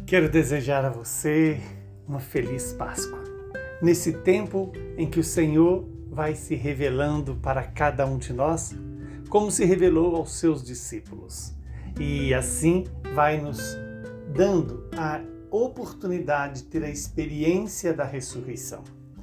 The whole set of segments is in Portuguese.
Quero desejar a você uma feliz Páscoa. Nesse tempo em que o Senhor vai se revelando para cada um de nós, como se revelou aos seus discípulos. E assim vai nos dando a oportunidade de ter a experiência da ressurreição.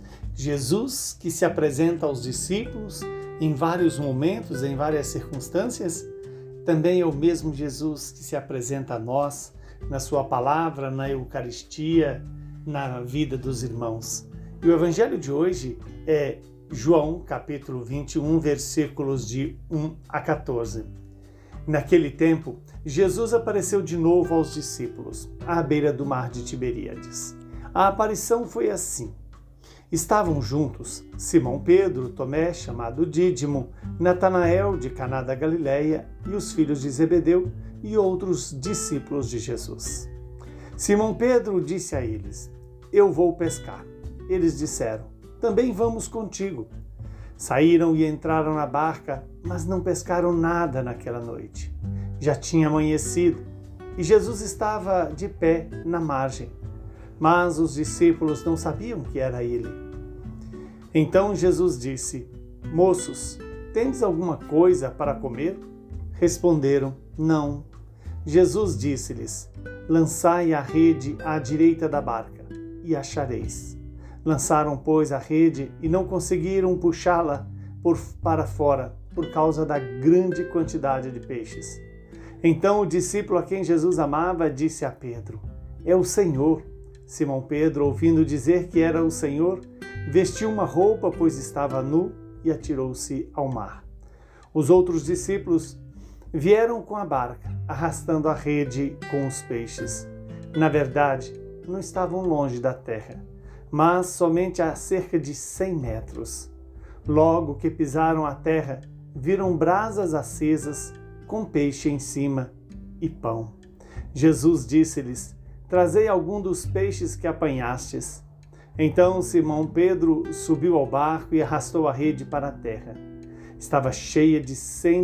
Jesus, que se apresenta aos discípulos em vários momentos, em várias circunstâncias, também é o mesmo Jesus que se apresenta a nós na sua palavra, na Eucaristia, na vida dos irmãos. E o Evangelho de hoje é João, capítulo 21, versículos de 1 a 14. Naquele tempo, Jesus apareceu de novo aos discípulos, à beira do mar de Tiberíades. A aparição foi assim. Estavam juntos Simão Pedro, Tomé, chamado Dídimo, Natanael, de Caná da Galileia, e os filhos de Zebedeu, e outros discípulos de Jesus. Simão Pedro disse a eles: "Eu vou pescar." Eles disseram: "Também vamos contigo." Saíram e entraram na barca, mas não pescaram nada naquela noite. Já tinha amanhecido e Jesus estava de pé na margem, mas os discípulos não sabiam que era ele. Então Jesus disse: "Moços, tendes alguma coisa para comer?" Responderam: "Não." Jesus disse-lhes: "Lançai a rede à direita da barca, e achareis." Lançaram, pois, a rede e não conseguiram puxá-la para fora, por causa da grande quantidade de peixes. Então o discípulo a quem Jesus amava disse a Pedro: "É o Senhor." Simão Pedro, ouvindo dizer que era o Senhor, vestiu uma roupa, pois estava nu, e atirou-se ao mar. Os outros discípulos vieram com a barca, arrastando a rede com os peixes. Na verdade, não estavam longe da terra, mas somente a cerca de 100 metros. Logo que pisaram a terra, viram brasas acesas, com peixe em cima e pão. Jesus disse-lhes: "Trazei algum dos peixes que apanhastes." Então Simão Pedro subiu ao barco e arrastou a rede para a terra. Estava cheia de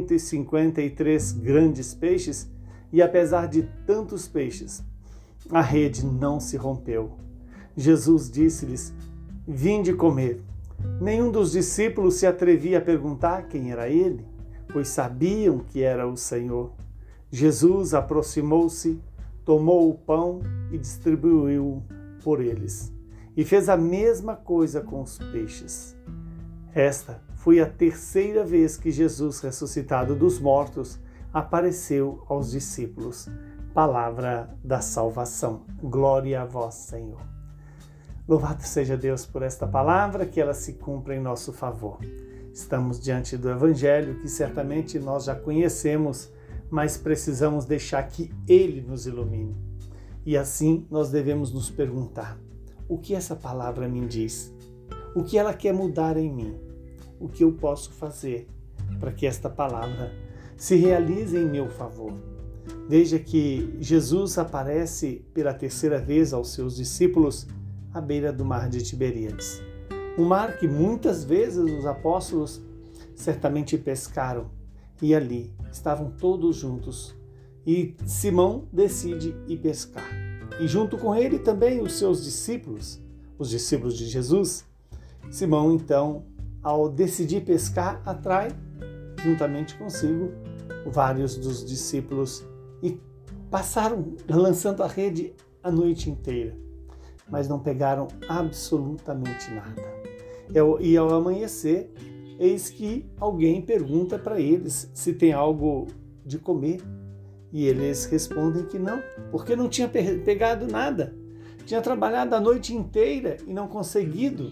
153 grandes peixes, e apesar de tantos peixes, a rede não se rompeu. Jesus disse-lhes: "Vinde comer." Nenhum dos discípulos se atrevia a perguntar quem era ele, pois sabiam que era o Senhor. Jesus aproximou-se, tomou o pão e distribuiu por eles, e fez a mesma coisa com os peixes. Esta foi a terceira vez que Jesus, ressuscitado dos mortos, apareceu aos discípulos. Palavra da salvação. Glória a vós, Senhor. Louvado seja Deus por esta palavra, que ela se cumpra em nosso favor. Estamos diante do Evangelho, que certamente nós já conhecemos, mas precisamos deixar que Ele nos ilumine. E assim nós devemos nos perguntar: o que essa palavra me diz? O que ela quer mudar em mim? O que eu posso fazer para que esta palavra se realize em meu favor? Veja que Jesus aparece pela terceira vez aos seus discípulos à beira do mar de Tiberíades. Um mar que muitas vezes os apóstolos certamente pescaram, e ali estavam todos juntos. E Simão decide ir pescar. E junto com ele também os seus discípulos, os discípulos de Jesus. Simão, então, ao decidir pescar, atrai juntamente consigo vários dos discípulos e passaram lançando a rede a noite inteira, mas não pegaram absolutamente nada. E ao amanhecer, eis que alguém pergunta para eles se tem algo de comer. E eles respondem que não, porque não tinha pegado nada. Tinha trabalhado a noite inteira e não conseguido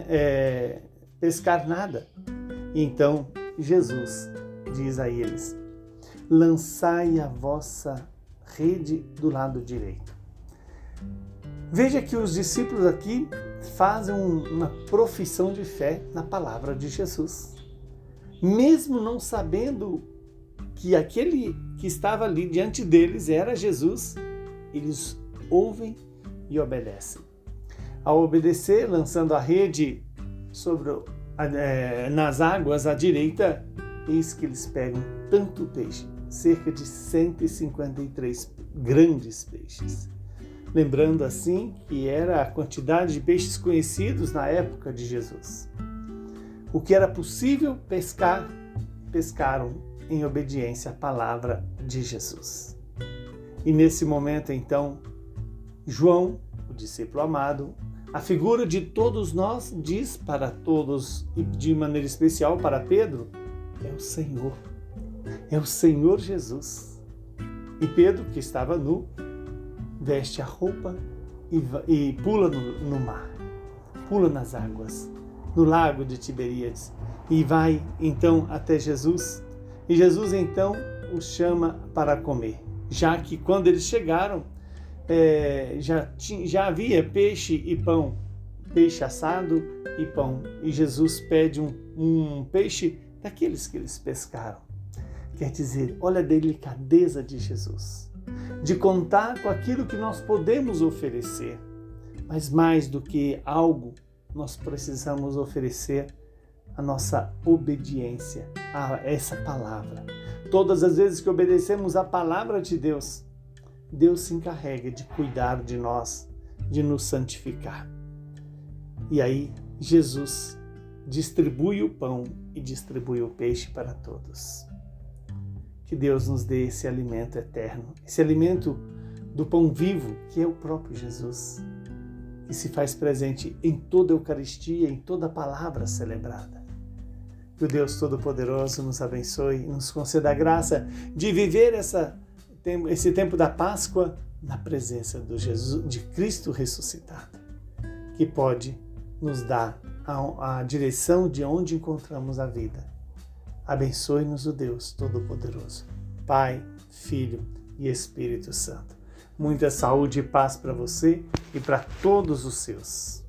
pescar nada. E então Jesus diz a eles: "Lançai a vossa rede do lado direito." Veja que os discípulos aqui fazem uma profissão de fé na palavra de Jesus. Mesmo não sabendo que aquele que estava ali diante deles era Jesus, eles ouvem e obedecem. Ao obedecer, lançando a rede nas águas à direita, eis que eles pegam tanto peixe, cerca de 153 grandes peixes. lembrando assim que era a quantidade de peixes conhecidos na época de Jesus. O que era possível pescar, pescaram em obediência à palavra de Jesus. E nesse momento, então, João, o discípulo amado, a figura de todos nós, diz para todos, e de maneira especial para Pedro, é o Senhor. É o Senhor Jesus. E Pedro, que estava nu, veste a roupa e pula no mar, pula nas águas, no lago de Tiberíades, e vai então até Jesus. E Jesus então o chama para comer, já que quando eles chegaram, já havia peixe e pão, peixe assado e pão. E Jesus pede um peixe daqueles que eles pescaram. Quer dizer, olha a delicadeza de Jesus, de contar com aquilo que nós podemos oferecer. Mas mais do que algo, nós precisamos oferecer a nossa obediência a essa palavra. Todas as vezes que obedecemos a palavra de Deus, Deus se encarrega de cuidar de nós, de nos santificar. E aí, Jesus distribui o pão e distribui o peixe para todos. Que Deus nos dê esse alimento eterno, esse alimento do pão vivo, que é o próprio Jesus, que se faz presente em toda a Eucaristia, em toda a palavra celebrada. Que o Deus Todo-Poderoso nos abençoe e nos conceda a graça de viver esse tempo da Páscoa na presença de Cristo ressuscitado, que pode nos dar a direção de onde encontramos a vida. Abençoe-nos o Deus Todo-Poderoso, Pai, Filho e Espírito Santo. Muita saúde e paz para você e para todos os seus.